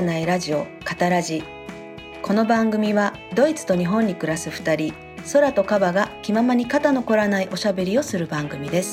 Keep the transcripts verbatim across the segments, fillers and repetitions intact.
ないラジオカタラジ。この番組はドイツと日本に暮らすふたり、空とカバが気ままに肩の凝らないおしゃべりをする番組です。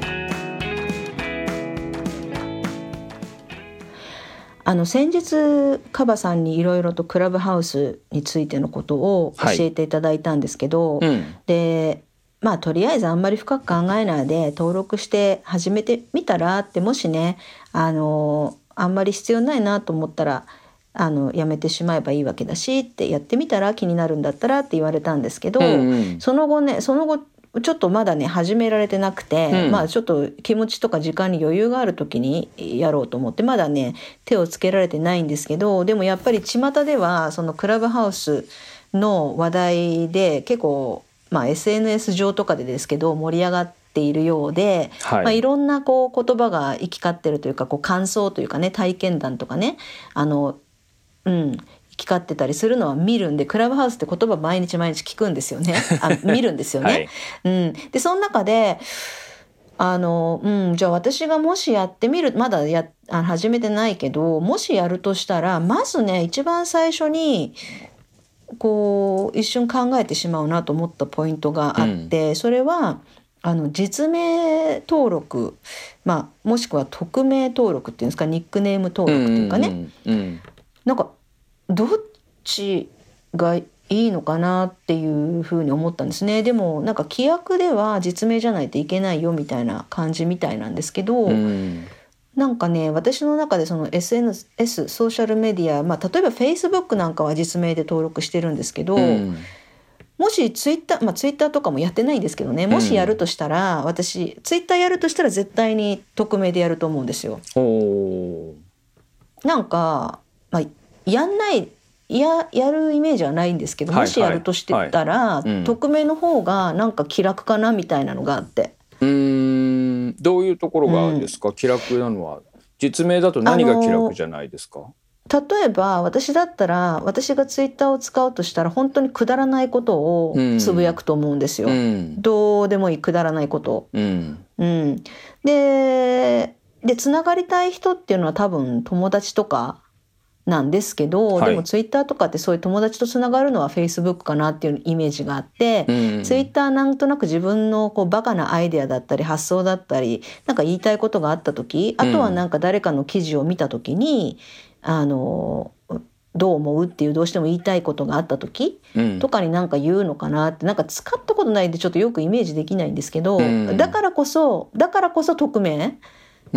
あの先日カバさんにいろいろとクラブハウスについてのことを教えていただいたんですけど、 はい、うん、 でまあとりあえずあんまり深く考えないで登録して始めてみたらって、もしねあのあんまり必要ないなと思ったらあのやめてしまえばいいわけだしって、やってみたら気になるんだったらって言われたんですけど、 うんうん、 その後ねその後ちょっとまだね始められてなくて、うん、まあちょっと気持ちとか時間に余裕がある時にやろうと思ってまだね手をつけられてないんですけど、でもやっぱり巷ではそのクラブハウスの話題で結構、まあ、エスエヌエス 上とかでですけど盛り上がっているようで、はい、まあ、いろんなこう言葉が行き交ってるというか、こう感想というかね、体験談とかね、あのうん行き交ってたりするのは見るんで、クラブハウスって言葉毎日毎日聞くんですよね。あ見るんですよね、はいうん、でその中であの、うん、じゃあ私がもしやってみる、まだやあ始めてないけど、もしやるとしたらまずね一番最初にこう一瞬考えてしまうなと思ったポイントがあって、うん、それはあの実名登録、まあ、もしくは匿名登録っていうんですか、ニックネーム登録っていうかね、うんうんうん、なんかどっちがいいのかなっていうふうに思ったんですね。でもなんか規約では実名じゃないといけないよみたいな感じみたいなんですけど、うんなんかね私の中でその エスエヌエス ソーシャルメディア、まあ、例えば Facebook なんかは実名で登録してるんですけど、うん、もし Twitter、まあ、Twitter とかもやってないんですけどね、もしやるとしたら、うん、私 Twitter やるとしたら絶対に匿名でやると思うんですよ。おなんか、まあ、やんないや, やるイメージはないんですけど、もしやるとしてたら、はいはいはい、匿名の方がなんか気楽かなみたいなのがあって、 うーんどういうところがですか、うん、気楽なのは。実名だと何が気楽じゃないですか。 例えば私だったら、私がツイッターを使うとしたら本当にくだらないことをつぶやくと思うんですよ、うん、どうでもいいくだらないことを、うんうん、ででつながりたい人っていうのは多分友達とかなんですけど、はい、でもツイッターとかってそういう友達とつながるのはフェイスブックかなっていうイメージがあって、うん、ツイッターなんとなく自分のこうバカなアイデアだったり発想だったりなんか言いたいことがあった時、あとはなんか誰かの記事を見た時に、うん、あのどう思うっていうどうしても言いたいことがあった時、うん、とかになんか言うのかなって、なんか使ったことないんでちょっとよくイメージできないんですけど、うん、だからこそだからこそ匿名うん、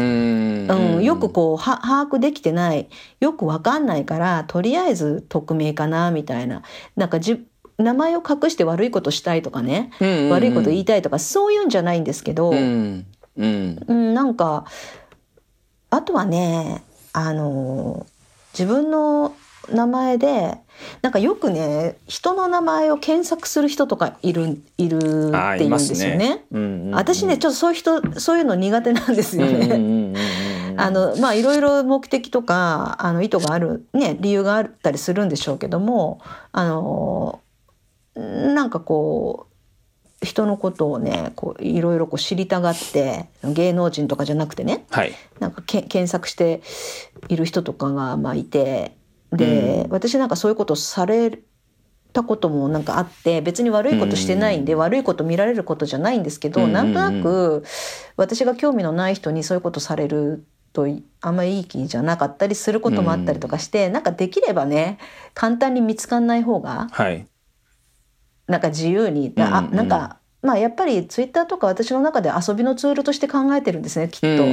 うん、よくこうは把握できてない、よく分かんないからとりあえず匿名かなみたいな、なんかじ名前を隠して悪いことしたいとかね、うんうんうん、悪いこと言いたいとかそういうんじゃないんですけど、うんうんうん、なんかあとはねあの自分の名前でなんかよくね人の名前を検索する人とかいるいるっていうんですよね。うんうんうん、私ねちょっとそういう人そういうの苦手なんですよね。あのまあいろいろ目的とかあの意図があるね理由があったりするんでしょうけども、あのなんかこう人のことをねこういろいろこう知りたがって、芸能人とかじゃなくてね、はい、なんかけ検索している人とかがまあいて。で、うん、私なんかそういうことされたこともなんかあって、別に悪いことしてないんで、うん、悪いこと見られることじゃないんですけど、うん、なんとなく私が興味のない人にそういうことされるとあんまりいい気じゃなかったりすることもあったりとかして、うん、なんかできればね簡単に見つかんない方が、はい、なんか自由に、うん、あなんかまあやっぱりツイッターとか私の中で遊びのツールとして考えてるんですねきっと、うんうんうん、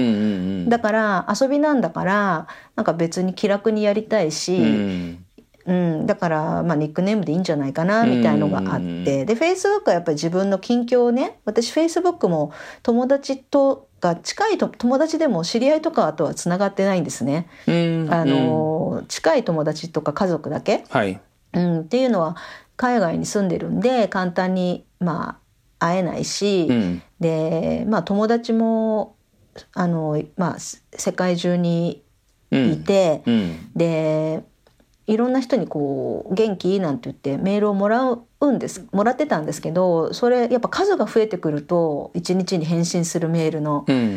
だから遊びなんだからなんか別に気楽にやりたいし、うんうん、だからまあニックネームでいいんじゃないかなみたいのがあって、うんうん、で Facebook はやっぱり自分の近況をね、私 Facebook も友達とが近いと友達でも知り合いとかとはつながってないんですね、うんうん、あの近い友達とか家族だけ、はいうん、っていうのは海外に住んでるんで簡単にまあ会えないし、うん、で、まあ、友達もあの、まあ、世界中にいて、うんうん、でいろんな人にこう元気なんて言ってメールをもらうんですもらってたんですけど、それやっぱ数が増えてくるといちにちに返信するメールの、うん、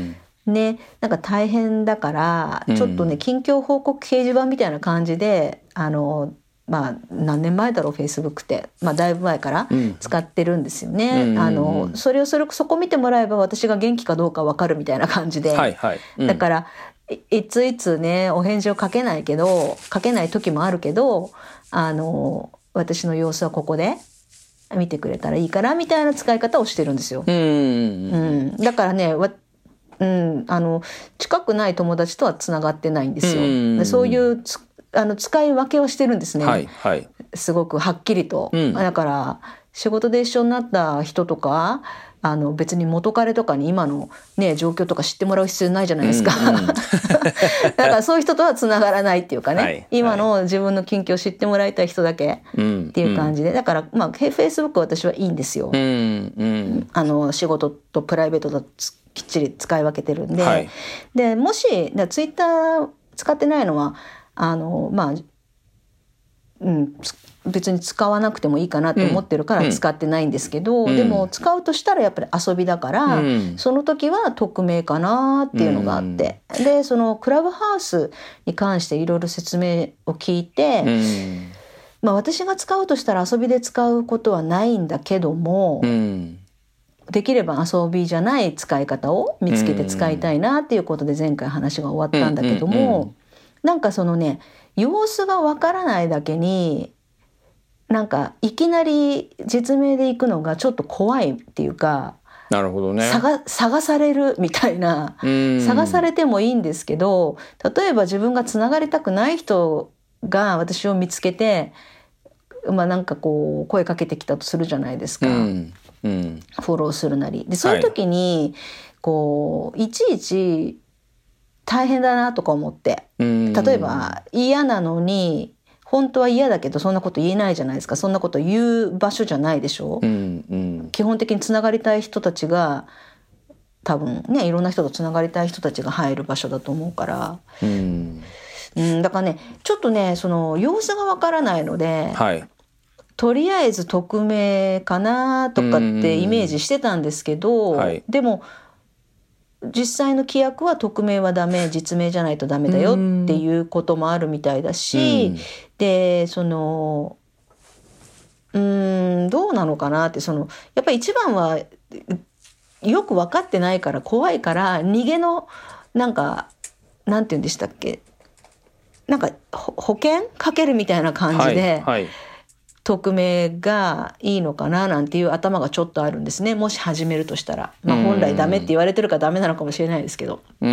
ね、なんか大変だから、うん、ちょっとね近況報告掲示板みたいな感じであのまあ何年前だろうフェイスブックって、まあ、だいぶ前から使ってるんですよね、うん、あのそれをそれそこ見てもらえば私が元気かどうか分かるみたいな感じで、 はいはいうん、 だからいついつねお返事を書けないけど書けない時もあるけどあの私の様子はここで見てくれたらいいからみたいな使い方をしてるんですよ、うんうん、だからねわうん、あの近くない友達とはつながってないんですよ、でそういうあの使い分けをしてるんですね、 はいはい、 すごくはっきりと、うん、だから仕事で一緒になった人とかあの別に元彼とかに今の、ね、状況とか知ってもらう必要ないじゃないですか、うんうん、だからそういう人とはつながらないっていうかね、はい、今の自分の近況を知ってもらいたい人だけっていう感じで、だからまあ Facebook は私はいいんですよ、うんうん、あの仕事とプライベートときっちり使い分けてるんで、はい、でもしツイッター使ってないのはあのまあうん、別に使わなくてもいいかなと思ってるから使ってないんですけど、うん、でも使うとしたらやっぱり遊びだから、うん、その時は匿名かなっていうのがあって、うん、でそのクラブハウスに関していろいろ説明を聞いて、うんまあ、私が使うとしたら遊びで使うことはないんだけども、うん、できれば遊びじゃない使い方を見つけて使いたいなっていうことで前回話が終わったんだけども、うんうんうん、なんかそのね様子がわからないだけになんかいきなり実名で行くのがちょっと怖いっていうか、 なるほどね、 探、探されるみたいな、探されてもいいんですけど、例えば自分がつながりたくない人が私を見つけて、まあ、なんかこう声かけてきたとするじゃないですか、うんうん、フォローするなりで、そういう時にこういちいち大変だなとか思って、例えば嫌なのに本当は嫌だけどそんなこと言えないじゃないですか。そんなこと言う場所じゃないでしょ、うんうん、基本的につながりたい人たちが多分ねいろんな人とつながりたい人たちが入る場所だと思うから、うんうん、だからねちょっとねその様子がわからないので、はい、とりあえず匿名かなとかってイメージしてたんですけど、はい、でも実際の規約は匿名はダメ、実名じゃないとダメだよっていうこともあるみたいだし、でそのうーんどうなのかなって、そのやっぱり一番はよく分かってないから怖いから逃げのなんかなんて言うんでしたっけ、なんか保険かけるみたいな感じで、はいはい、匿名がいいのかななんていう頭がちょっとあるんですね、もし始めるとしたら、まあ、本来ダメって言われてるからダメなのかもしれないですけど、うん、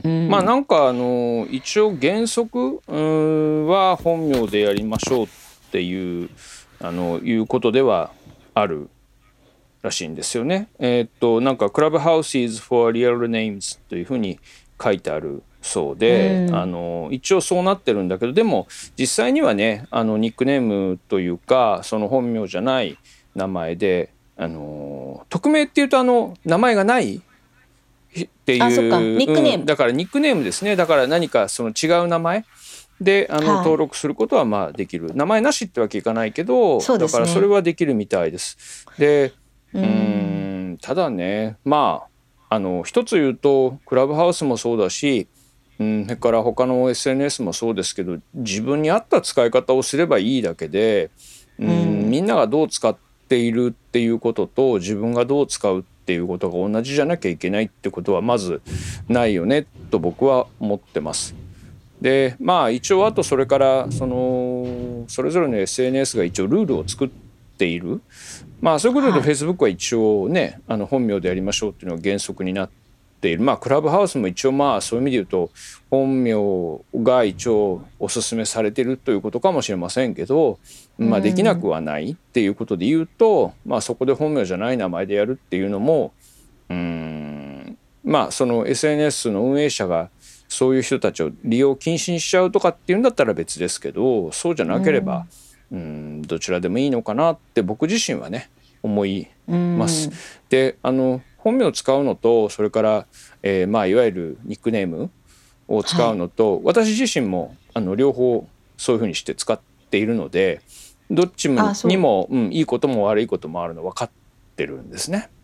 うん、 まあなんかあの一応原則は本名でやりましょうっていうあのいうことではあるらしいんですよね。えー、っとなんか Clubhouse is for real names というふうに書いてあるそうで、うん、あの一応そうなってるんだけど、でも実際にはねあのニックネームというかその本名じゃない名前で、あの匿名っていうとあの名前がないっていう、 あ、そっか、ニックネーム、 うん、だからニックネームですね。だから何かその違う名前であの、はい、登録することはまあできる。名前なしってわけいかないけど、そうですね、だからそれはできるみたいです。で、うーん、ただね、まああの一つ言うとクラブハウスもそうだし、うん、それから他の エスエヌエス もそうですけど、自分に合った使い方をすればいいだけで、うん、うん、みんながどう使っているっていうことと自分がどう使うっていうことが同じじゃなきゃいけないってことはまずないよねと僕は思ってます。でまあ一応あとそれからそのそれぞれの エスエヌエス が一応ルールを作っている、まあそういうことで Facebook は一応ね、あの本名でやりましょうっていうのが原則になってている。まあクラブハウスも一応まあそういう意味で言うと本名が一応お勧めされているということかもしれませんけど、まあできなくはないっていうことで言うと、まあそこで本名じゃない名前でやるっていうのも、うーんまあその エスエヌエス の運営者がそういう人たちを利用禁止にしちゃうとかっていうんだったら別ですけど、そうじゃなければうーんどちらでもいいのかなって僕自身はね思います。であの本名を使うのとそれから、えーまあ、いわゆるニックネームを使うのと、はい、私自身もあの両方そういうふうにして使っているので、どっちもにも、うん、いいことも悪いこともあるの分かってるんですね。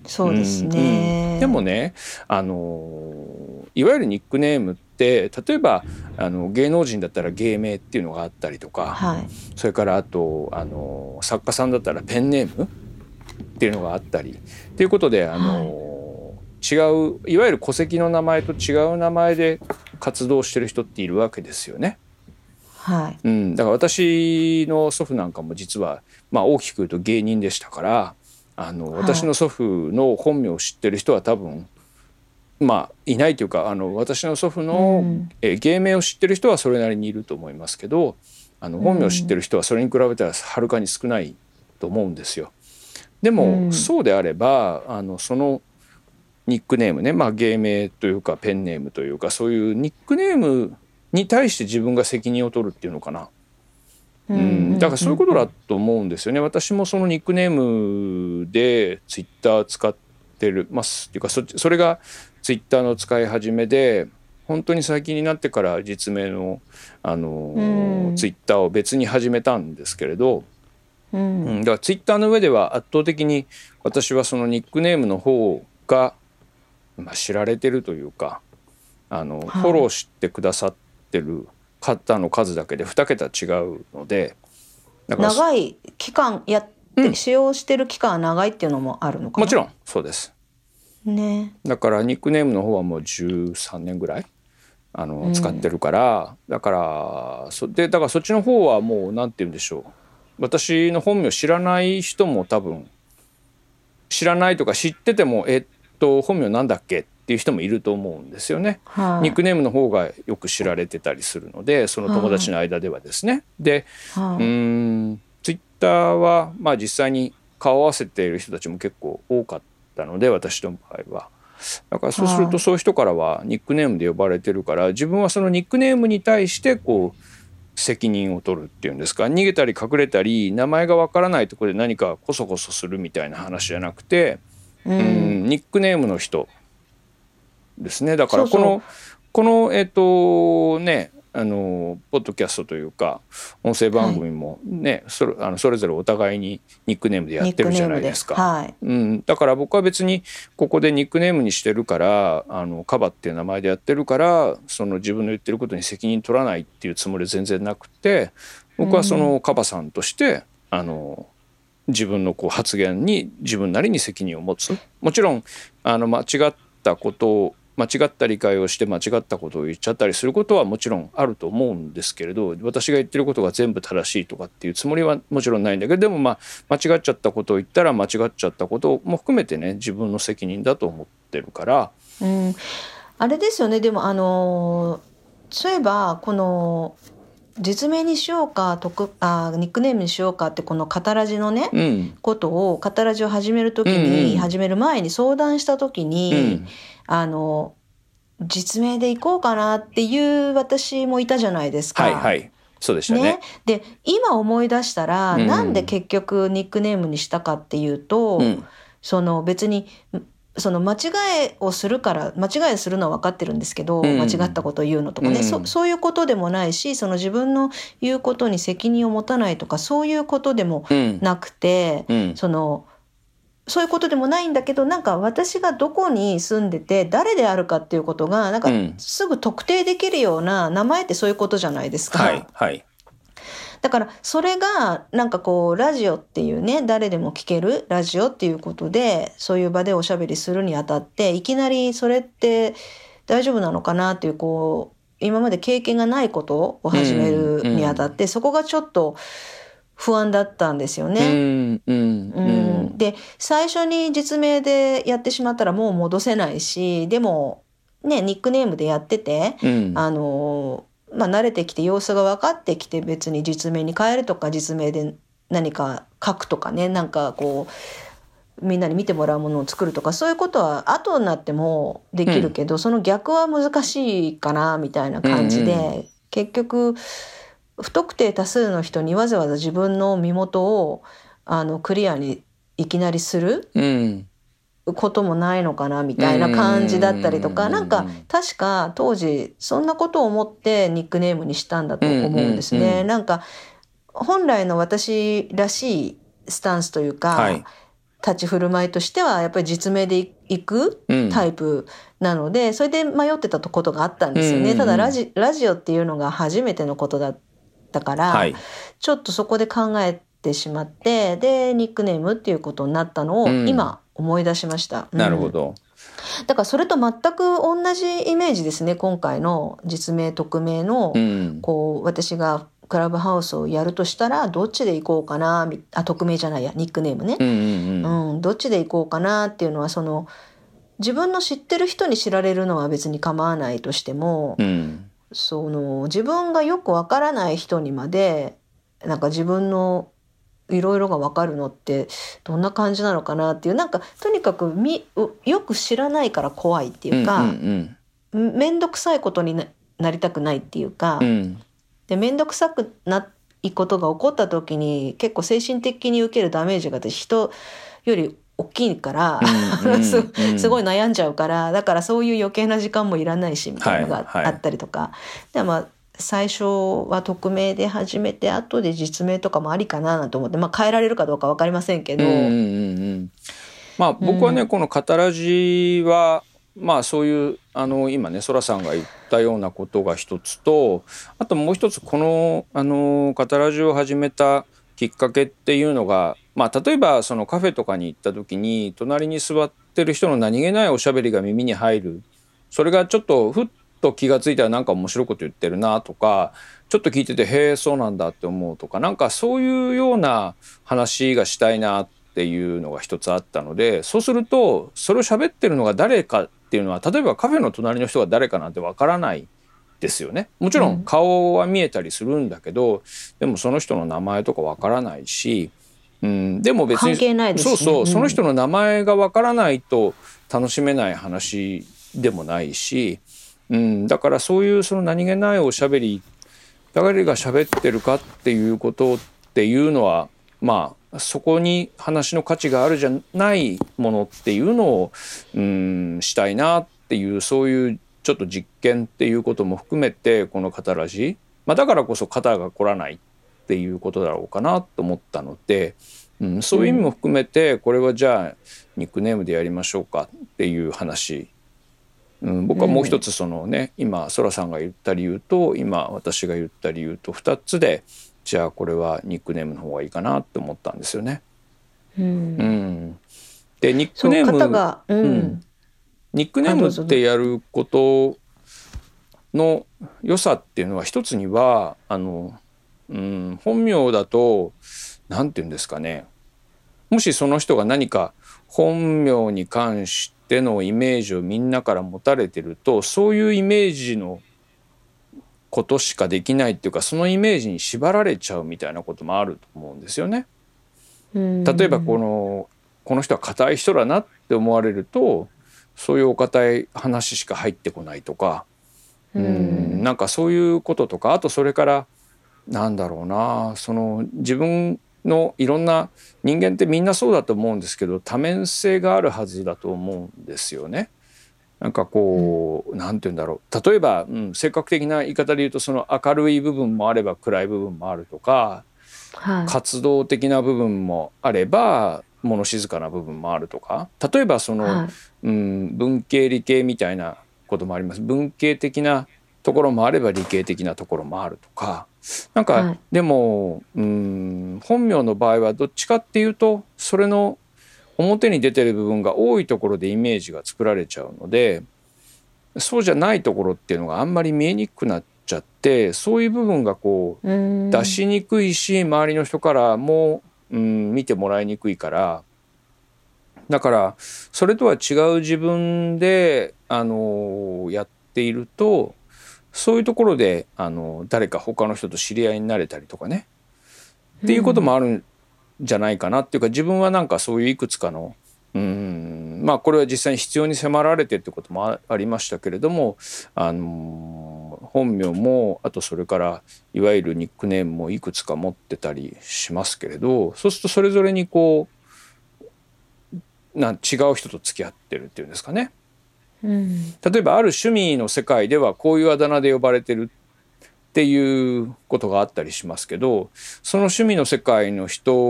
そうですね、 うんうん、でもね、あのいわゆるニックネームって例えばあの芸能人だったら芸名っていうのがあったりとか、 はい、 それからあとあの作家さんだったらペンネームっていうのがあったりっていうことであの、はい、違ういわゆる戸籍の名前と違う名前で活動してる人っているわけですよね。 はい、 うん、だから私の祖父なんかも実は、まあ、大きく言うと芸人でしたから、あの、はい、私の祖父の本名を知ってる人は多分まあいないというか、あの私の祖父の、うん、え芸名を知ってる人はそれなりにいると思いますけど、あの本名を知ってる人はそれに比べたらはるかに少ないと思うんですよ。でも、うん、そうであればあのそのニックネームね、まあ、芸名というかペンネームというかそういうニックネームに対して自分が責任を取るっていうのかな、うん、だからそういうことだと思うんですよね。私もそのニックネームでツイッター使ってるますっていうか そ, それがツイッターの使い始めで本当に最近になってから実名の、あの、うん、ツイッターを別に始めたんですけれど、うんうん、だからツイッターの上では圧倒的に私はそのニックネームの方が、まあ、知られてるというかあの、はい、フォローしてくださってる方の数だけでに桁違うので、 だから長い期間やって、うん、使用してる期間は長いっていうのもあるのかな。 もちろんそうです、ね、だからニックネームの方はもうじゅうさんねんぐらいあの、うん、使ってるからだからそでだからそっちの方はもうなんて言うんでしょう、私の本名知らない人も多分知らないとか知っててもえっと本名なんだっけっていう人もいると思うんですよね、はい、ニックネームの方がよく知られてたりするのでその友達の間ではですね、はい、で、はい、うーんツイッターはまあ実際に顔を合わせている人たちも結構多かったので私の場合はだからそうするとそういう人からはニックネームで呼ばれてるから自分はそのニックネームに対してこう責任を取るっていうんですか、逃げたり隠れたり名前がわからないところで何かコソコソするみたいな話じゃなくて、うん、うんニックネームの人ですね。だからこのそうそうこのえっ、ー、とねあのポッドキャストというか音声番組もね、はい、それあのそれぞれお互いにニックネームでやってるじゃないですか、はいうん、だから僕は別にここでニックネームにしてるからあのカバっていう名前でやってるからその自分の言ってることに責任取らないっていうつもりは全然なくて僕はそのカバさんとして、うん、あの自分のこう発言に自分なりに責任を持つ。もちろんあの間違ったことを間違った理解をして間違ったことを言っちゃったりすることはもちろんあると思うんですけれど私が言ってることが全部正しいとかっていうつもりはもちろんないんだけどでもまあ間違っちゃったことを言ったら間違っちゃったことも含めてね自分の責任だと思ってるから、 うん、あれですよね。でもあのそういえばこの実名にしようか特あニックネームにしようかってこのカタラジのね、うん、ことをカタラジを始める時に、うんうん、始める前に相談した時に、うん、あの実名でいこうかなっていう私もいたじゃないですか。 はいはいそうでしたね。ねで今思い出したら、うん、なんで結局ニックネームにしたかっていうと、うん、その別にその間違いをするから間違いするのは分かってるんですけど、うん、間違ったことを言うのとかね、うん、そ, そういうことでもないしその自分の言うことに責任を持たないとかそういうことでもなくて、うん、そのそういうことでもないんだけどなんか私がどこに住んでて誰であるかっていうことがなんかすぐ特定できるような名前ってそういうことじゃないですか。 はいはいだからそれがなんかこうラジオっていうね誰でも聞けるラジオっていうことでそういう場でおしゃべりするにあたっていきなりそれって大丈夫なのかなっていうこう今まで経験がないことを始めるにあたって、うんうん、そこがちょっと不安だったんですよね。うんうんうん、で最初に実名でやってしまったらもう戻せないしでもねニックネームでやってて、うん、あのまあ、慣れてきて様子が分かってきて別に実名に変えるとか実名で何か書くとかねなんかこうみんなに見てもらうものを作るとかそういうことは後になってもできるけど、うん、その逆は難しいかなみたいな感じで、うんうん、結局不特定多数の人にわざわざ自分の身元をあのクリアにいきなりする、うんこともないのかなみたいな感じだったりとかなんか確か当時そんなことを思ってニックネームにしたんだと思うんですね、うんうんうん、なんか本来の私らしいスタンスというか、はい、 立ち振る舞いとしてはやっぱり実名でいくタイプなので、うん、それで迷ってたことがあったんですよね、うんうんうん、ただラジ、ラジオっていうのが初めてのことだったから、はい、ちょっとそこで考えてしまって、でニックネームっていうことになったのを今思い出しました、 うん、なるほど。 だからそれと全く同じイメージですね。今回の実名匿名の、うん、こう私がクラブハウスをやるとしたらどっちで行こうかな、あ匿名じゃないやニックネームね、うんうんうんうん、どっちで行こうかなっていうのは、その自分の知ってる人に知られるのは別に構わないとしても、うん、その自分がよくわからない人にまでなんか自分のいろいろが分かるのってどんな感じなのかなっていう、なんかとにかくみよく知らないから怖いっていうか、うんうんうん、面倒くさいことに な, なりたくないっていうか、うん、で面倒くさくないことが起こった時に結構精神的に受けるダメージが人より大きいから、うんうん、す, すごい悩んじゃうから、だからそういう余計な時間もいらないしみたいなのがあったりとか、はいはい、でまあ最初は匿名で始めて後で実名とかもありかなと思って、まあ、変えられるかどうか分かりませんけど、うんうんうん、 まあ、僕はね、うん、このカタラジは、まあ、そういうあの今ねソラさんが言ったようなことが一つと、あともう一つこのあのカタラジを始めたきっかけっていうのが、まあ、例えばそのカフェとかに行った時に隣に座ってる人の何気ないおしゃべりが耳に入る、それがちょっとふっと気がついたらなんか面白いこと言ってるなとか、ちょっと聞いててへえそうなんだって思うとか、なんかそういうような話がしたいなっていうのが一つあったので、そうするとそれを喋ってるのが誰かっていうのは、例えばカフェの隣の人が誰かなんてわからないですよね。もちろん顔は見えたりするんだけど、うん、でもその人の名前とかわからないし、うん、でも別に関係ないですね。 そうそう、うん、その人の名前がわからないと楽しめない話でもないし、うん、だからそういうその何気ないおしゃべり、誰が喋ってるかっていうことっていうのは、まあそこに話の価値があるじゃないものっていうのを、うん、したいなっていう、そういうちょっと実験っていうことも含めてこのカタラジ、まあ、だからこそ肩が凝らないっていうことだろうかなと思ったので、うん、そういう意味も含めてこれはじゃあニックネームでやりましょうかっていう話、うん、僕はもう一つそのね、うん、今ソラさんが言った理由と今私が言った理由とふたつで、じゃあこれはニックネームの方がいいかなって思ったんですよね。うんうん、でニックネーム、 方が、うんうん、 ニックネームってやることの良さっていうのは一つにはあの、うん、本名だとなんていうんですかね、もしその人が何か本名に関してのイメージをみんなから持たれてると、そういうイメージのことしかできないっていうか、そのイメージに縛られちゃうみたいなこともあると思うんですよね。例えばこのこの人は固い人だなって思われると、そういうお堅い話しか入ってこないとか、うん、なんかそういうこととか、あとそれからなんだろうな、その自分のいろんな、人間ってみんなそうだと思うんですけど、多面性があるはずだと思うんですよね。なんかこう、うん、なんて言うんだろう、例えば、うん、性格的な言い方で言うと、その明るい部分もあれば暗い部分もあるとか、はい、活動的な部分もあれば物静かな部分もあるとか、例えばその、はい、うん、文系理系みたいなこともあります。文系的なところもあれば理系的なところもあるとか、なんか、はい、でも、うん、本名の場合はどっちかっていうとそれの表に出てる部分が多いところでイメージが作られちゃうので、そうじゃないところっていうのがあんまり見えにくくなっちゃって、そういう部分がこう出しにくいし、周りの人からも、うん、見てもらいにくいから、だからそれとは違う自分であのやっていると、そういうところであの誰か他の人と知り合いになれたりとかね、っていうこともあるんじゃないかなっていうか、自分はなんかそういういくつかの、うん、まあこれは実際に必要に迫られてってことも あ, ありましたけれども、あの本名もあとそれからいわゆるニックネームもいくつか持ってたりしますけれど、そうするとそれぞれにこうな違う人と付き合ってるっていうんですかね。うん、例えばある趣味の世界ではこういうあだ名で呼ばれてるっていうことがあったりしますけど、その趣味の世界の人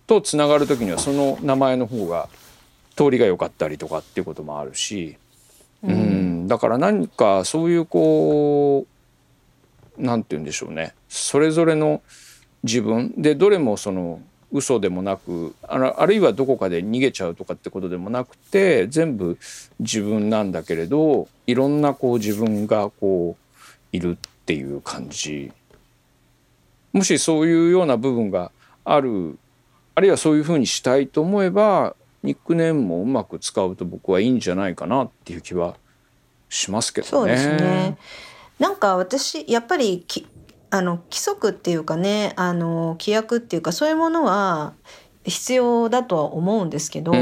とつながる時にはその名前の方が通りが良かったりとかっていうこともあるし、うん、うん、だから何かそういうこうなんて言うんでしょうね、それぞれの自分でどれもその嘘でもなく、ある、あるいはどこかで逃げちゃうとかってことでもなくて、全部自分なんだけれどいろんなこう自分がこういるっていう感じ。もしそういうような部分がある、あるいはそういうふうにしたいと思えばニックネームもうまく使うと僕はいいんじゃないかなっていう気はしますけどね。 そうですね。なんか私やっぱりきあの規則っていうかね、あの規約っていうかそういうものは必要だとは思うんですけど、うん、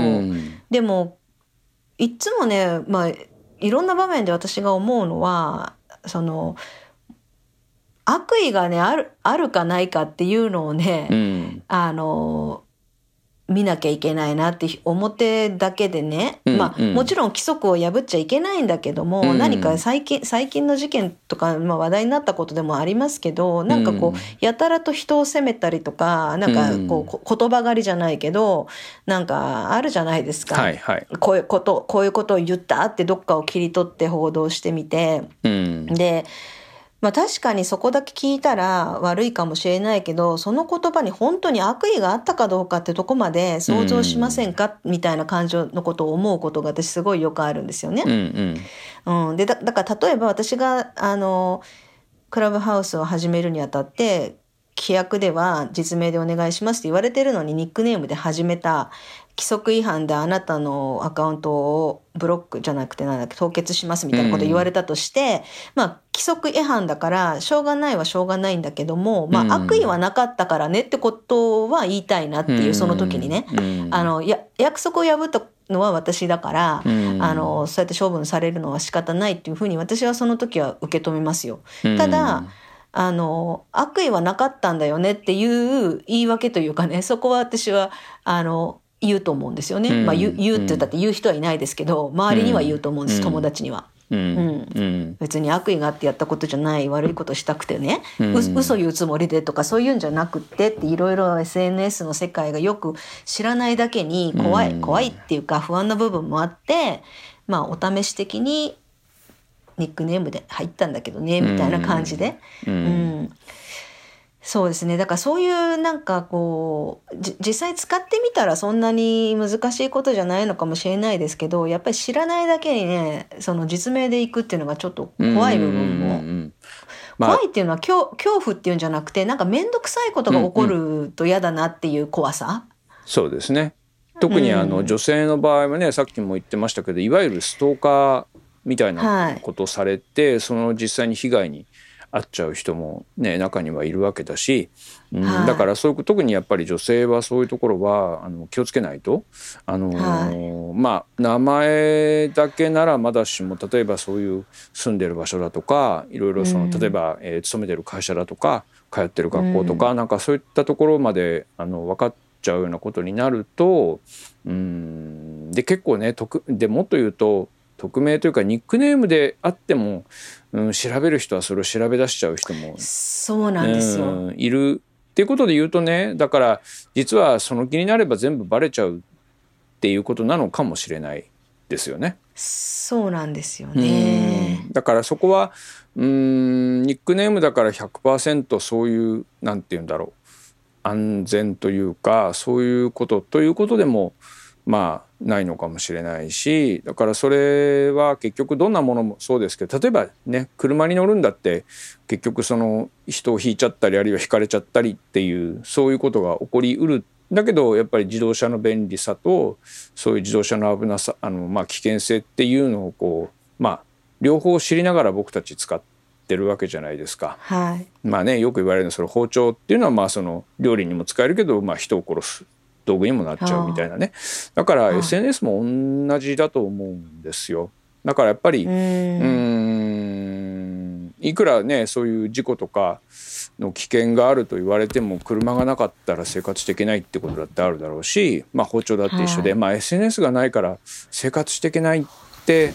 でもいつもね、まあいろんな場面で私が思うのは、その悪意がねある、あるかないかっていうのをね、うん、あの見なきゃいけないなって表だけでね、うんうん、まあもちろん規則を破っちゃいけないんだけども、うん、何か最近最近の事件とか、まあ、話題になったことでもありますけど、なんかこうやたらと人を責めたりとか、なんかこう、うん、言葉狩りじゃないけどなんかあるじゃないですか、 はいはい、 こういうことこういうことを言ったってどっかを切り取って報道してみて、うん、でまあ確かにそこだけ聞いたら悪いかもしれないけど、その言葉に本当に悪意があったかどうかってとこまで想像しませんか、うん、みたいな感情のことを思うことが私すごいよくあるんですよね。うんうんうん、で だ, だから例えば私があのクラブハウスを始めるにあたって規約では実名でお願いしますって言われてるのにニックネームで始めた、規則違反であなたのアカウントをブロックじゃなくてなんだっけ凍結しますみたいなこと言われたとして、うん、まあ規則違反だからしょうがないはしょうがないんだけども、まあ悪意はなかったからねってことは言いたいなっていう、その時にね、うん、あのや約束を破ったのは私だから、うん、あのそうやって処分されるのは仕方ないっていうふうに私はその時は受け止めますよ。ただ、うんあの悪意はなかったんだよねっていう言い訳というかね、そこは私はあの言うと思うんですよね、うんまあ、言う、言うって言ったって言う人はいないですけど、周りには言うと思うんです、うん、友達には、うんうんうん、別に悪意があってやったことじゃない、悪いことしたくてね、うん、嘘言うつもりでとかそういうんじゃなくってって、いろいろ エスエヌエス の世界がよく知らないだけに怖い、うん、怖いっていうか不安な部分もあって、まあお試し的にニックネームで入ったんだけどねみたいな感じで、うんうん、そうですね。だからそういうなんかこう実際使ってみたらそんなに難しいことじゃないのかもしれないですけど、やっぱり知らないだけにね、その実名でいくっていうのがちょっと怖い部分も、うんうんうんまあ、怖いっていうのは 恐, 恐怖っていうんじゃなくて、なんか面倒くさいことが起こると嫌だなっていう怖さ、うんうん、 そうですね。特にあの、うん、女性の場合はね、さっきも言ってましたけど、いわゆるストーカーみたいなことされて、はい、その実際に被害に遭っちゃう人もね中にはいるわけだし、うんはい、だからそういう特にやっぱり女性はそういうところはあの気をつけないと、あのーはい、まあ名前だけならまだしも、例えばそういう住んでる場所だとか、いろいろその、うん、例えば、えー、勤めてる会社だとか通ってる学校とか、うん、なんかそういったところまであの分かっちゃうようなことになると、うんで結構ね特でもっと言うと匿名というかニックネームであっても、うん、調べる人はそれを調べ出しちゃう人もそうなんですよ、 うん、いるっていうことで言うとね、だから実はその気になれば全部バレちゃうっていうことなのかもしれないですよね。 そうなんですよね。 うんだからそこはうんニックネームだから ひゃくパーセント そういうなんて言うんだろう安全というかそういうことということでもまあないのかもしれないし、だからそれは結局どんなものもそうですけど、例えばね車に乗るんだって結局その人をひいちゃったりあるいはひかれちゃったりっていうそういうことが起こりうる。だけどやっぱり自動車の便利さとそういう自動車の危なさあの、まあ、危険性っていうのをこうまあ両方知りながら僕たち使ってるわけじゃないですか。 はい、 まあねよく言われるのその包丁っていうのはまあその料理にも使えるけど、まあ、人を殺す道具にもなっちゃうみたいなね。だから エスエヌエス も同じだと思うんですよ。だからやっぱりうーんいくらねそういう事故とかの危険があると言われても車がなかったら生活していけないってことだってあるだろうし、まあ包丁だって一緒で、まあ エスエヌエス がないから生活していけないって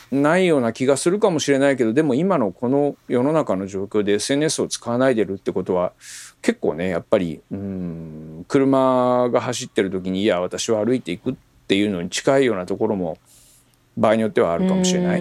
ないような気がするかもしれないけど、でも今のこの世の中の状況で エスエヌエス を使わないでるってことは結構ねやっぱりうん車が走ってる時にいや私は歩いていくっていうのに近いようなところも場合によってはあるかもしれない。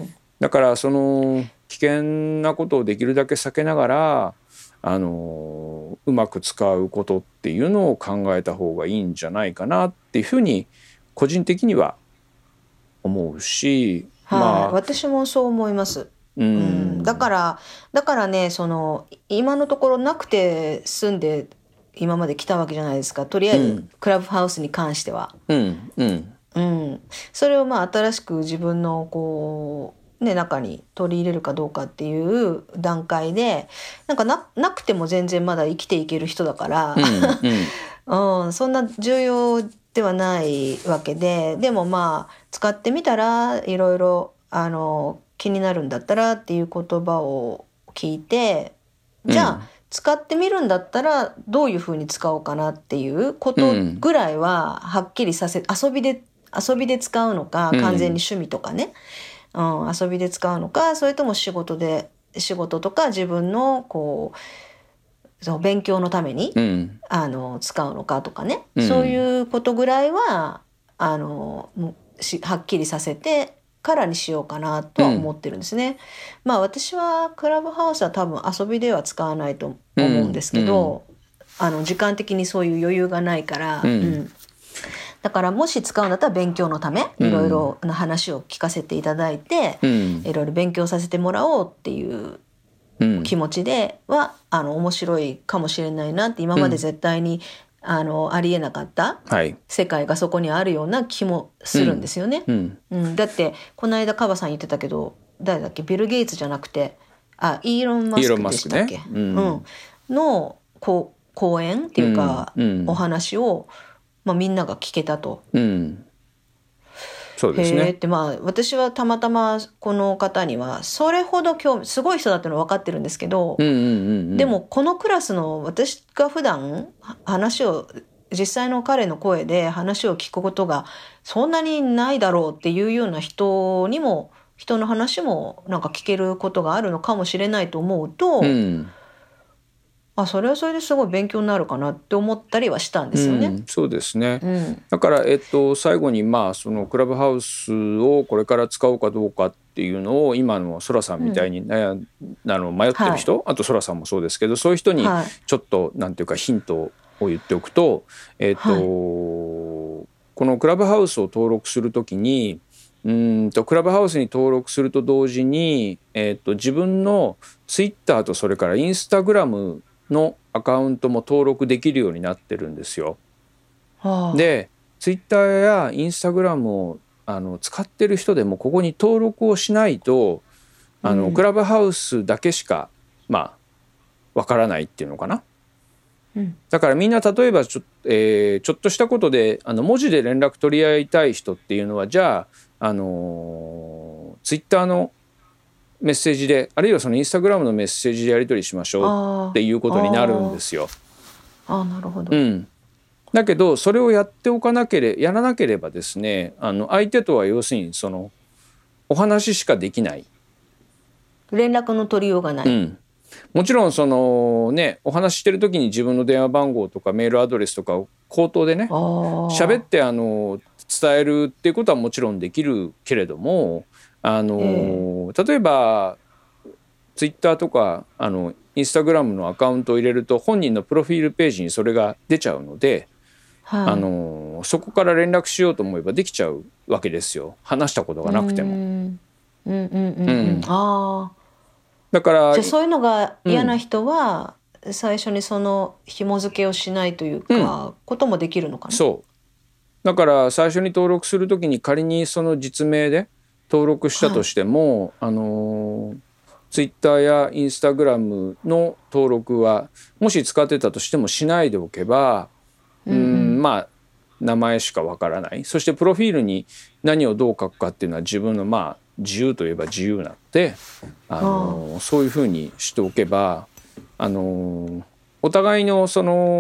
だからその危険なことをできるだけ避けながらあのうまく使うことっていうのを考えた方がいいんじゃないかなっていうふうに個人的には思うし、 はい、まあ、私もそう思います。うん、うん、だからだからねその今のところなくて住んで今まで来たわけじゃないですか。とりあえず、うん、クラブハウスに関しては。 うんうんうん、それをまあ新しく自分のこう、ね、中に取り入れるかどうかっていう段階でなんか な, なくても全然まだ生きていける人だから、うんうんうん、そんな重要ではないわけで、でもまあ使ってみたらいろいろあの気になるんだったらっていう言葉を聞いて、じゃあ、うん、使ってみるんだったらどういうふうに使おうかなっていうことぐらいははっきりさせ、遊びで遊びで使うのか完全に趣味とかね、うんうん、遊びで使うのかそれとも仕事で仕事とか自分のこうその勉強のために、うん、あの使うのかとかね、うん、そういうことぐらいはあのしはっきりさせてからにしようかなとは思ってるんですね、うん、まあ私はクラブハウスは多分遊びでは使わないと思うんですけど、うん、あの時間的にそういう余裕がないから、うんうんだからもし使うんだったら勉強のためいろいろな話を聞かせていただいて、うん、いろいろ勉強させてもらおうっていう気持ちでは、うん、あの面白いかもしれないなって今まで絶対に、うん、あのありえなかった世界がそこにあるような気もするんですよね、うんうんうん、だってこの間カバさん言ってたけど誰だっけビル・ゲイツじゃなくてあイーロン・マスクでしたっけ、ねうんうん、のこう講演っていうか、うんうん、お話をまあ、みんなが聞けたと、うん、そうですね。へーってまあ私はたまたまこの方にはそれほど興味すごい人だっていうのは分かってるんですけど、うんうんうんうん、でもこのクラスの私が普段話を実際の彼の声で話を聞くことがそんなにないだろうっていうような人にも人の話もなんか聞けることがあるのかもしれないと思うと、うんあそれはそれですごい勉強になるかなって思ったりはしたんですよね。 うん、そうですね、うん、だから、えっと、最後に、まあ、そのクラブハウスをこれから使おうかどうかっていうのを今のそらさんみたいに悩ん、うん、あの迷ってる人、はい、あとそらさんもそうですけどそういう人にちょっと、はい、なんていうかヒントを言っておくと、えっとはい、このクラブハウスを登録するときにうんとクラブハウスに登録すると同時に、えっと、自分のツイッターとそれからインスタグラムのアカウントも登録できるようになってるんですよ。はあ、でツイッターやインスタグラムをあの使ってる人でもここに登録をしないとあの、うん、クラブハウスだけしかまあわからないっていうのかな。うん、だからみんな例えばちょ、えー、ちょっとしたことであの文字で連絡取り合いたい人っていうのはじゃあ、あのー、ツイッターのメッセージであるいはそのインスタグラムのメッセージでやり取りしましょうっていうことになるんですよ。 ああなるほど、 うん、だけどそれをやっておかなければやらなければですねあの相手とは要するにそのお話しかできない連絡の取りようがない、うん、 もちろんそのねお話ししてる時に自分の電話番号とかメールアドレスとかを口頭でね喋ってあの伝えるっていうことはもちろんできるけれどもあの、えー、例えばツイッターとかあのインスタグラムのアカウントを入れると本人のプロフィールページにそれが出ちゃうので、はい、あのそこから連絡しようと思えばできちゃうわけですよ話したことがなくても。うんうんうんうん、あだからじゃあそういうのが嫌な人は、うん、最初にその紐付けをしないというか、うん、こともできるのかな。 そうだから最初に登録するときに仮にその実名で登録したとしても、はい、あのツイッターやインスタグラムの登録はもし使ってたとしてもしないでおけば、うん、うんまあ名前しかわからない。そしてプロフィールに何をどう書くかっていうのは自分のまあ自由といえば自由なので、あのそういうふうにしておけば、あのお互いのその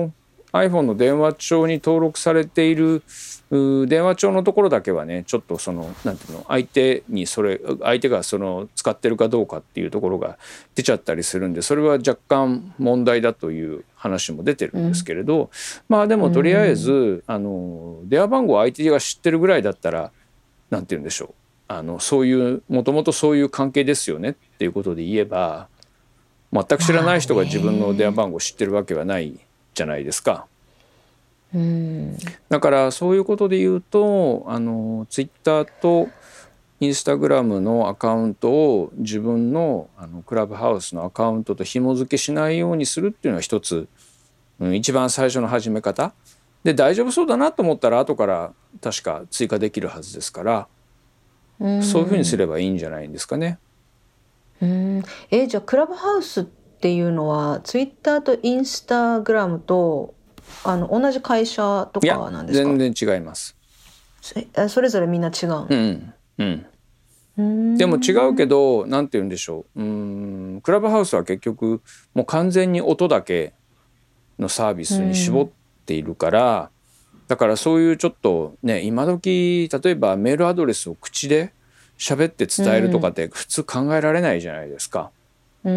iPhone の電話帳に登録されている電話帳のところだけはねちょっとそのなんていうの相手にそれ相手がその使ってるかどうかっていうところが出ちゃったりするんでそれは若干問題だという話も出てるんですけれど、うん、まあでもとりあえず、うん、あの電話番号を相手が知ってるぐらいだったらなんて言うんでしょうあのそういうもともとそういう関係ですよねっていうことで言えば全く知らない人が自分の電話番号を知ってるわけはないじゃないですか。 うん、 だからそういうことで言うとあのツイッターとインスタグラムのアカウントを自分のあのクラブハウスのアカウントと紐付けしないようにするっていうのは一つ、うん、一番最初の始め方で大丈夫そうだなと思ったら後から確か追加できるはずですから、うん、そういうふうにすればいいんじゃないんですかね。 うん、えじゃあクラブハウスっていうのはツイッターとインスタグラムとあの同じ会社とかなんですか？ 全然違います。 そ, それぞれみんな違う。 うんうんうん、でも違うけどなんて言うんでしょう、うーんクラブハウスは結局もう完全に音だけのサービスに絞っているから、だからそういうちょっとね今時例えばメールアドレスを口で喋って伝えるとかって普通考えられないじゃないですか。 うん、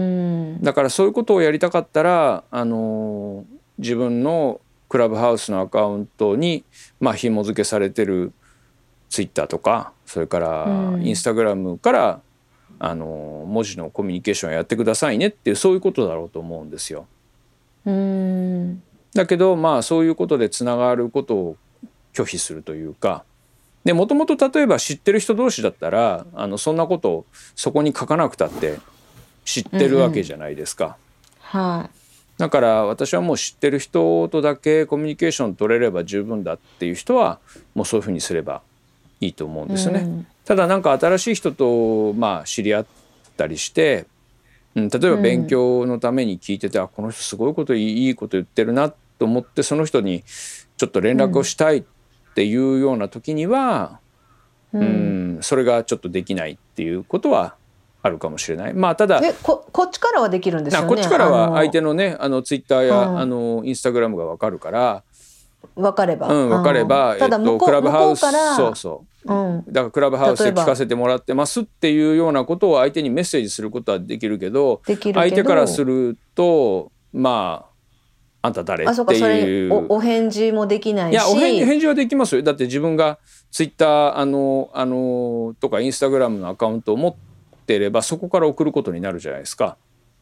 だからそういうことをやりたかったらあのー自分のクラブハウスのアカウントにまあ紐付けされてるツイッターとかそれからインスタグラムからあの文字のコミュニケーションをやってくださいねっていうそういうことだろうと思うんですよ。 うんだけどまあそういうことでつながることを拒否するというかでもともと例えば知ってる人同士だったらあのそんなことをそこに書かなくたって知ってるわけじゃないですか。 うんうんはい、 だから私はもう知ってる人とだけコミュニケーション取れれば十分だっていう人はもうそういうふうにすればいいと思うんですよね。うん、ただなんか新しい人とまあ知り合ったりして、うん、例えば勉強のために聞いてて、うん、あこの人すごいこといいこと言ってるなと思ってその人にちょっと連絡をしたいっていうような時には、うんうん、それがちょっとできないっていうことはあるかもしれない。まあただえ こ, こっちからはできるんですよね。 こっちからは相手のねあのツイッターや、うん、あのインスタグラムが分かるから分かれば、 うん、分かれば、 ただ向こう、 えっと、クラブハウスからそうそう、うん、だからクラブハウスで聞かせてもらってますっていうようなことを相手にメッセージすることはできるけど、 できるけど相手からするとまああんた誰っていう、あそうかそれお, お返事もできないし、 いやお返返事はできますよ。だって自分がツイッターあのあのとかインスタグラムのアカウントを持ってればそこから送ることになるじゃないですか。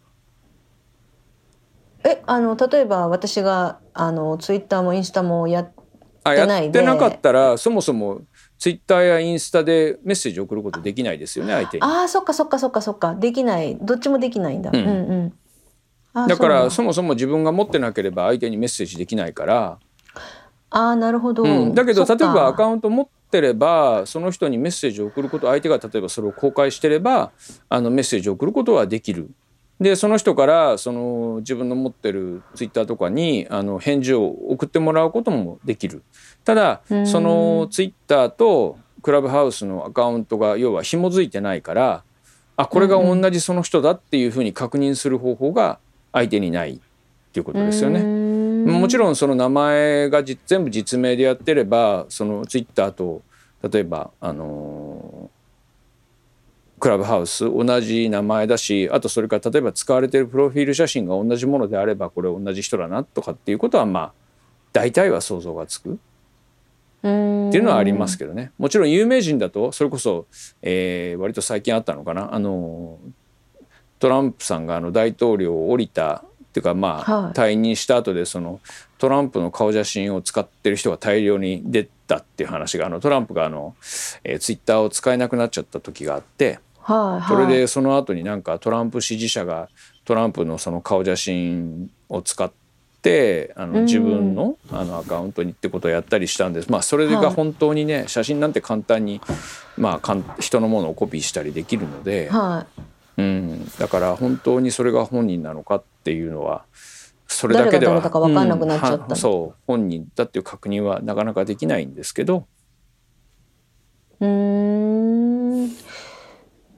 えあの例えば私があのツイッターもインスタもやってないであやってなかったらそもそもツイッターやインスタでメッセージ送ることできないですよね相手に。 ああそっかそっかそっかそっかできないどっちもできないんだ、うん、うんうんだからそもそも自分が持ってなければ相手にメッセージできないから。 あなるほど、 うん、だけど例えばアカウント持ってればその人にメッセージを送ること相手が例えばそれを公開してればあのメッセージを送ることはできる。でその人からその自分の持ってるツイッターとかにあの返事を送ってもらうこともできる。ただそのツイッターとクラブハウスのアカウントが要は紐づいてないからあこれが同じその人だっていうふうに確認する方法が相手にないっていうことですよね。もちろんその名前が全部実名でやってればそのツイッターと例えばあのクラブハウス同じ名前だしあとそれから例えば使われているプロフィール写真が同じものであればこれ同じ人だなとかっていうことはまあ大体は想像がつくっていうのはありますけどね。もちろん有名人だとそれこそ、えー、割と最近あったのかなあのトランプさんがあの大統領を降りたっていうかまあ退任した後でそのトランプの顔写真を使ってる人が大量に出たっていう話があのトランプがあの、えー、ツイッターを使えなくなっちゃった時があって、 はいはい、 それでその後になんかトランプ支持者がトランプのその顔写真を使ってあの自分のあのアカウントにってことをやったりしたんです。まあそれが本当にね写真なんて簡単にまあ人のものをコピーしたりできるので。 はいうん、だから本当にそれが本人なのかっていうのはそれだけでは誰が誰だか分かんなくなっちゃった、 うん、そう本人だっていう確認はなかなかできないんですけどうーん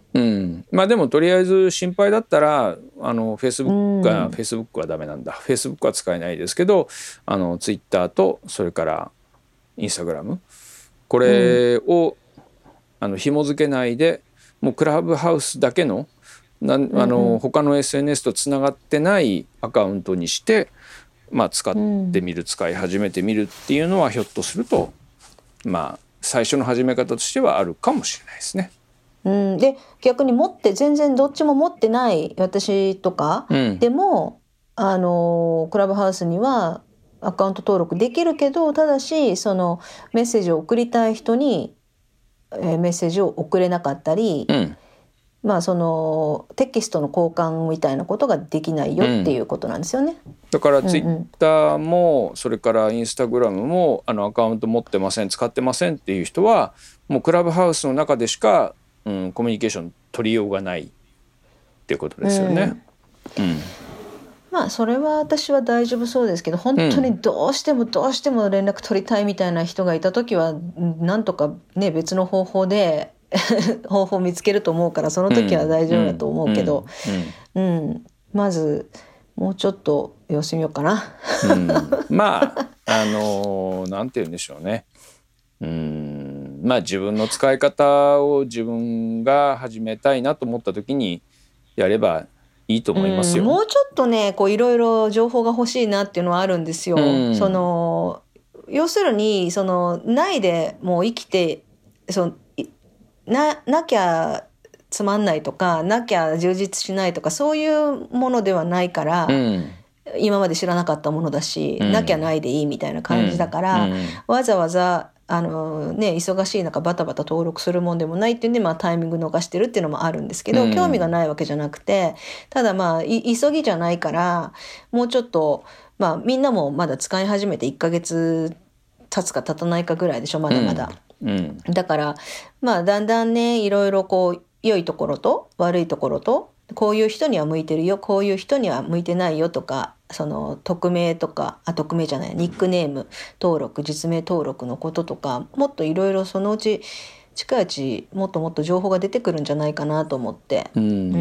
うん、まあでもとりあえず心配だったらあの Facebook が、うん、Facebook はダメなんだ Facebook は使えないですけどあの Twitter とそれからインスタグラムこれを、うん、あの紐付けないでもうクラブハウスだけのなあの、うんうん、他の エスエヌエス とつながってないアカウントにして、まあ、使ってみる、うん、使い始めてみるっていうのはひょっとするとまあ最初の始め方としてはあるかもしれないですね。 うん、で逆に持って全然どっちも持ってない私とか、うん、でもあのクラブハウスにはアカウント登録できるけどただしそのメッセージを送りたい人に、えー、メッセージを送れなかったり、うん、まあそのテキストの交換みたいなことができないよっていうことなんですよね。 うん、だからツイッターもそれからインスタグラムもあのアカウント持ってません使ってませんっていう人はもうクラブハウスの中でしかうん、コミュニケーション取りようがないっていうことですよね。うんうん、 まあそれは私は大丈夫そうですけど本当にどうしてもどうしても連絡取りたいみたいな人がいた時はなんとかね別の方法で方法を見つけると思うからその時は大丈夫だと思うけど、うんうんうん、まずもうちょっと様子見ようかな。 うん、まああのー、なんて言うんでしょうね。うんまあ自分の使い方を自分が始めたいなと思った時にやればいいと思いますよ。 うん、もうちょっとねこういろいろ情報が欲しいなっていうのはあるんですよ。うん、その要するにそのないでもう生きてそのななきゃつまんないとかなきゃ充実しないとかそういうものではないから、うん、今まで知らなかったものだし、うん、なきゃないでいいみたいな感じだから、うんうん、わざわざあのね、忙しい中バタバタ登録するもんでもないっていうんで、まあ、タイミング逃してるっていうのもあるんですけど、うん、興味がないわけじゃなくてただまあ急ぎじゃないからもうちょっと、まあ、みんなもまだ使い始めていっかげつ経つか経たないかぐらいでしょまだまだ、うんうん、だからまあだんだんねいろいろこう良いところと悪いところとこういう人には向いてるよこういう人には向いてないよとかその匿名とかあ匿名じゃないニックネーム登録実名登録のこととかもっといろいろそのうち近いうちもっともっと情報が出てくるんじゃないかなと思って、うんうん、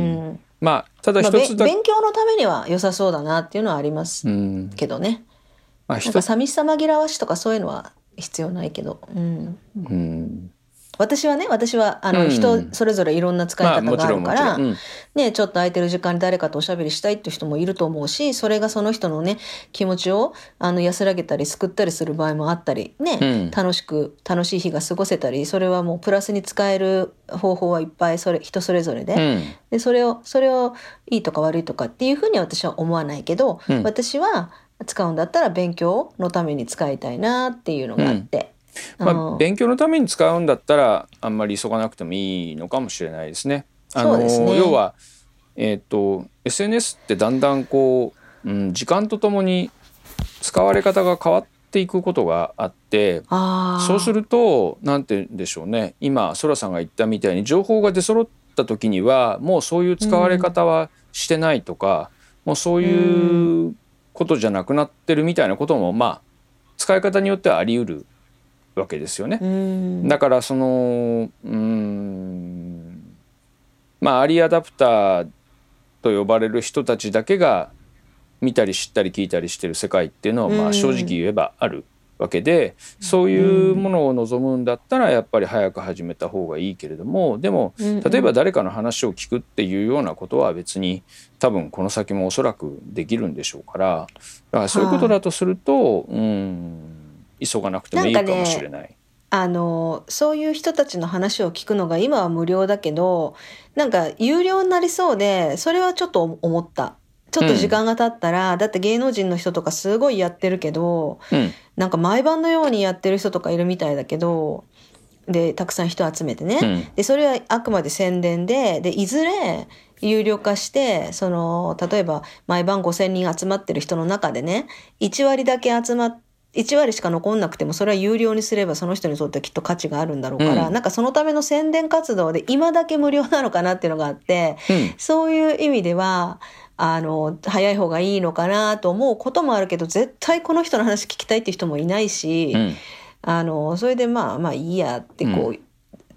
まあただ一つだ、 まあ、勉強のためには良さそうだなっていうのはありますけどね、まあ、なんか寂しさ紛らわしとかそういうのは必要ないけど、うんうん私はね私はあの、うん、人それぞれいろんな使い方があるから、まあうんね、ちょっと空いてる時間に誰かとおしゃべりしたいっていう人もいると思うしそれがその人のね気持ちをあの安らげたり救ったりする場合もあったりね、うん、楽しく楽しい日が過ごせたりそれはもうプラスに使える方法はいっぱいそれ人それぞれで、うん、でそれをそれをいいとか悪いとかっていうふうには私は思わないけど、うん、私は使うんだったら勉強のために使いたいなっていうのがあって。 うんまあ、勉強のために使うんだったらあんまり急がなくてもいいのかもしれないですね。あのそうですね要は、えーと、エスエヌエス ってだんだんこう、うん、時間とともに使われ方が変わっていくことがあってそうするとなんて言うんでしょうね今そらさんが言ったみたいに情報が出揃った時にはもうそういう使われ方はしてないとか、うん、もうそういうことじゃなくなってるみたいなこともまあ使い方によってはあり得るわけですよね。うんだからそのうーんまあアリーアダプターと呼ばれる人たちだけが見たり知ったり聞いたりしてる世界っていうのはまあ正直言えばあるわけでそういうものを望むんだったらやっぱり早く始めた方がいいけれどもでも例えば誰かの話を聞くっていうようなことは別に多分この先もおそらくできるんでしょうからだからそういうことだとするとうん急がなくてもいいかもしれない。なんかね、 あのそういう人たちの話を聞くのが今は無料だけどなんか有料になりそうでそれはちょっと思ったちょっと時間が経ったら、うん、だって芸能人の人とかすごいやってるけど、うん、なんか毎晩のようにやってる人とかいるみたいだけどでたくさん人集めてね、うん、でそれはあくまで宣伝で、でいずれ有料化してその例えば毎晩ごせんにん集まってる人の中でねいち割だけ集まっていち割しか残んなくてもそれは有料にすればその人にとってはきっと価値があるんだろうから、うん、なんかそのための宣伝活動で今だけ無料なのかなっていうのがあって、うん、そういう意味ではあの早い方がいいのかなと思うこともあるけど絶対この人の話聞きたいっていう人もいないし、うん、あのそれでまあまあいいやってこう、うん、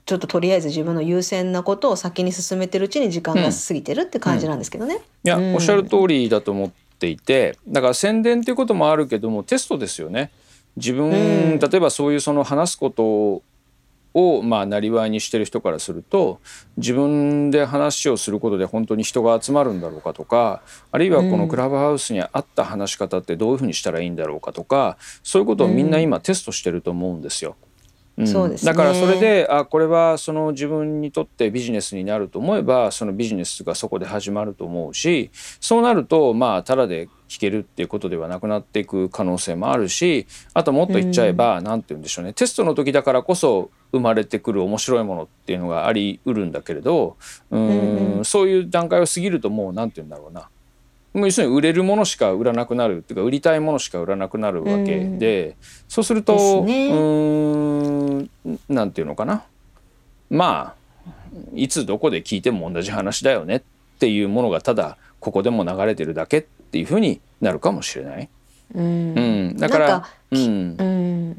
ちょっととりあえず自分の優先なことを先に進めてるうちに時間が過ぎてるって感じなんですけどね、うんうん、 いや、うん、おっしゃる通りだと思っていて、だから宣伝っていうこともあるけどもテストですよね。自分、うん、例えばそういうその話すことをまあなりわいにしてる人からすると、自分で話をすることで本当に人が集まるんだろうかとか、あるいはこのクラブハウスに合った話し方ってどういうふうにしたらいいんだろうかとか、そういうことをみんな今テストしてると思うんですよ。うん、そうですね、だからそれであこれはその自分にとってビジネスになると思えばそのビジネスがそこで始まると思うし、そうなるとまあただで聞けるっていうことではなくなっていく可能性もあるし、あともっと言っちゃえば、うん、なんて言うんでしょうね、テストの時だからこそ生まれてくる面白いものっていうのがありうるんだけれど、うーん、うん、そういう段階を過ぎるともうなんて言うんだろうな、もう要するに売れるものしか売らなくなるっていうか、売りたいものしか売らなくなるわけで、うん、そうするとうーんなんていうのかな、まあいつどこで聞いても同じ話だよねっていうものがただここでも流れてるだけっていうふうになるかもしれない、うんうん、だからうん、うん、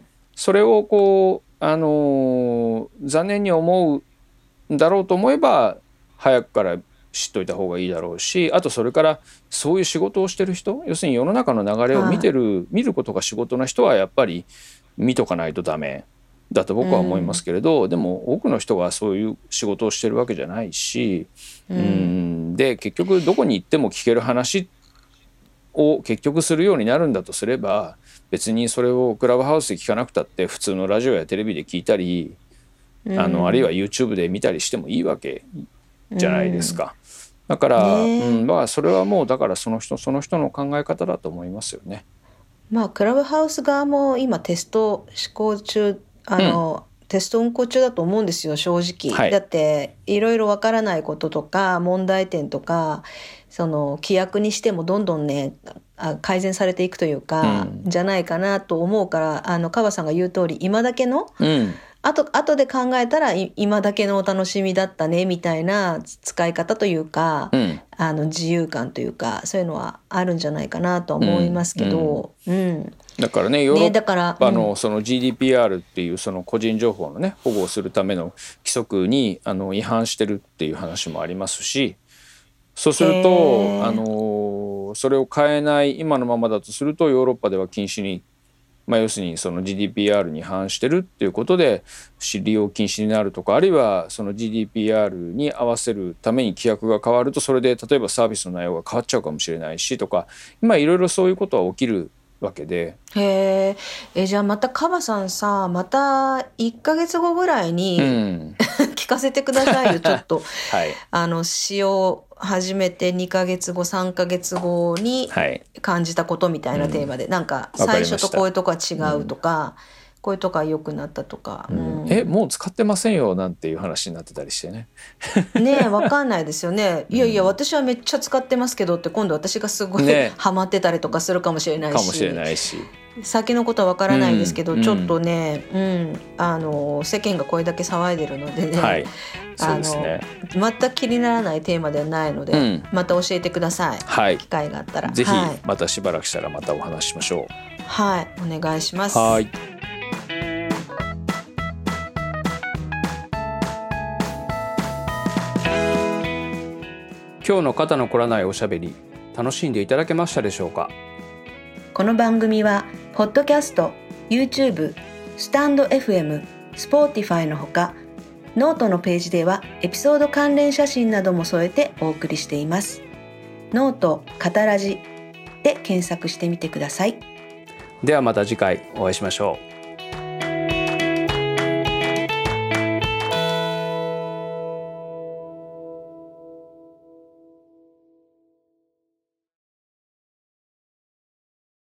それをこう、あのー、残念に思うんだろうと思えば早くから知っといた方がいいだろうし、あとそれからそういう仕事をしてる人、要するに世の中の流れを見てる、はい、見ることが仕事の人はやっぱり見とかないとダメだと僕は思いますけれど、うん、でも多くの人がそういう仕事をしてるわけじゃないし、うん、うんで結局どこに行っても聞ける話を結局するようになるんだとすれば、別にそれをクラブハウスで聞かなくたって普通のラジオやテレビで聞いたり、うん、あのあるいは YouTube で見たりしてもいいわけじゃないですか、うん、だから、うんまあ、それはもうだからその人その人の考え方だと思いますよね。 まあクラブハウス側も今テスト試行中、あの、うん、テスト運行中だと思うんですよ正直、はい、だっていろいろわからないこととか問題点とか、その規約にしてもどんどんね改善されていくというか、うん、じゃないかなと思うから、あの川さんが言う通り今だけの、うんあと後で考えたら今だけのお楽しみだったねみたいな使い方というか、うん、あの自由感というかそういうのはあるんじゃないかなと思いますけど、うんうん、 だからねヨーロッパのその ジーディーピーアール っていうその個人情報のね保護をするための規則にあの違反してるっていう話もありますし、そうするとあのそれを変えない今のままだとするとヨーロッパでは禁止に、まあ、要するにその ジーディーピーアール に違反してるっていうことで利用禁止になるとか、あるいはその ジーディーピーアール に合わせるために規約が変わるとそれで例えばサービスの内容が変わっちゃうかもしれないしとか、今いろいろそういうことは起きるわけで。 へえ、じゃあまたカバさんさ、またいっかげつごぐらいに、うん、聞かせてくださいよちょっと、はい、あの使用始めてにかげつごさんかげつごに感じたことみたいなテーマで、はい、なんか最初とこういうとこは違うとか、うん、こういうとこは良くなったとか、 うんうん、えもう使ってませんよなんていう話になってたりしてねねえ分かんないですよねいやいや私はめっちゃ使ってますけどって今度私がすごい、ね、ハマってたりとかするかもしれないし、 かもしれないし先のことは分からないんですけど、うん、ちょっとね、うん、あの世間がこれだけ騒いでるのでね、はい、そうですね、あの全く気にならないテーマではないので、うん、また教えてください、はい、機会があったらぜひまたしばらくしたらまたお話ししましょう。 はい、お願いします。 はい、今日の肩の凝らないおしゃべり楽しんでいただけましたでしょうか。 この番組はポッドキャスト、YouTube、スタンド エフエム、Spotify のほかノートのページではエピソード関連写真なども添えてお送りしています。ノートカタラジで検索してみてください。 ではまた次回お会いしましょう。